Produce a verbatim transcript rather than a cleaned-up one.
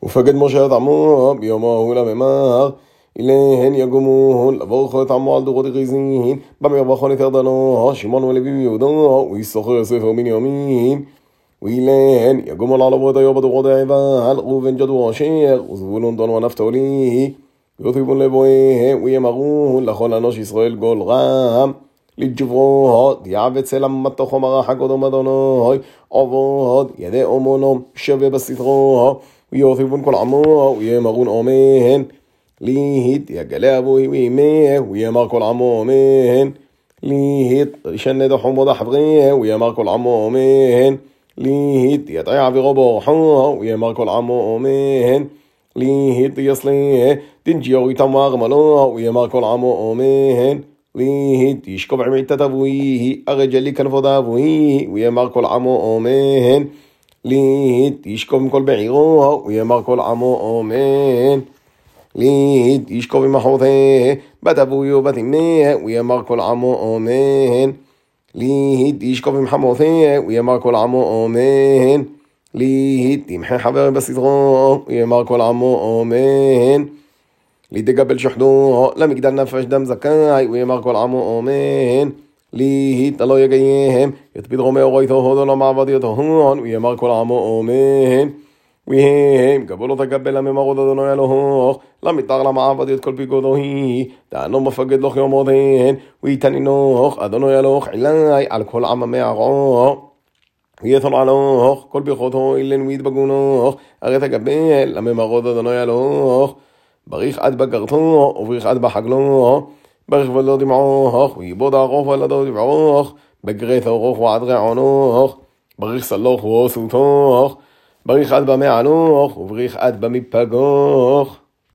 ופקד משה את עמו ביומו ההוא לממר, אליהן יגומו לבורכו את עמו על דורות הכריזין, במרווחון את ירדנו, שמעון ולוי ויהודו, ויששכר יוסף ובנימין, ואליהן יגומו לעלבו את איוב בדורות העבל, ראובן גד ואשר, וזבולון דן ונפתלי, ויוסיפון לבואיהם, ויאמרו לכל אנוש ישראל גול רם, לג'ברו, דיעבד צלם מתוכו מרח הקודם אדוני, עבוד ידי אומונו שווה בסתרו, ויוסיפון כל עמו, ויאמרון אמן, ליהית יגלה אבוי וימי, ויאמר כל עמו אמן, ליהית רשנה דחומו דחברי, ויאמר כל עמו אמן, ליהית יטעי עבירו בורחו, ויאמר כל עמו אמן, ליהית יסלי דנג'יורי תמר מלו, ויאמר כל עמו אמן, ליהית ישכוב עמיתת אבוי, הרג'לי כנפוד אבוי, ויאמר כל עמו אמן, ליהית ישכוב עם כל בעירו, ויאמר כל עמו אמן, ליהית ישכוב עם אחותה, בת אבוי ובת אמי, ויאמר כל עמו אמן, ליהית ישכוב עם חמותה, ויאמר כל עמו אמן, ליהית ימחה חבר בסדרו, ויאמר כל עמו אמן, ליתגבל שחדו, למגדל נפש דם זכאי, ויאמר כל עמו אמן, ליהית לא יגייהם, יתפיד רומי אורייתו הודו למעבד יתהון, ויאמר כל עמו אמן, ויהם גבולו תגבל לממרות אדוני אלוהוך, למתר למעבד את כל פיגודו היא, תענו מפגד לך יומותיהן, ויתנינוך אדוני אלוהוך עלי על כל עם מערו, ויתון עלוך כל ברכותו אילן ויתבגונוך, הרי תגבל לממרות אדוני אלוהוך, בריך עד בגרתו, ובריך עד בחגלו, בריך ולא דמעוך, ויבוד ערוך ולדו דמעוך, בגרית אורוך ועד רעונוך, בריך סלוך ועוסותוך, בריך עד במענוך, ובריך עד במפגוך.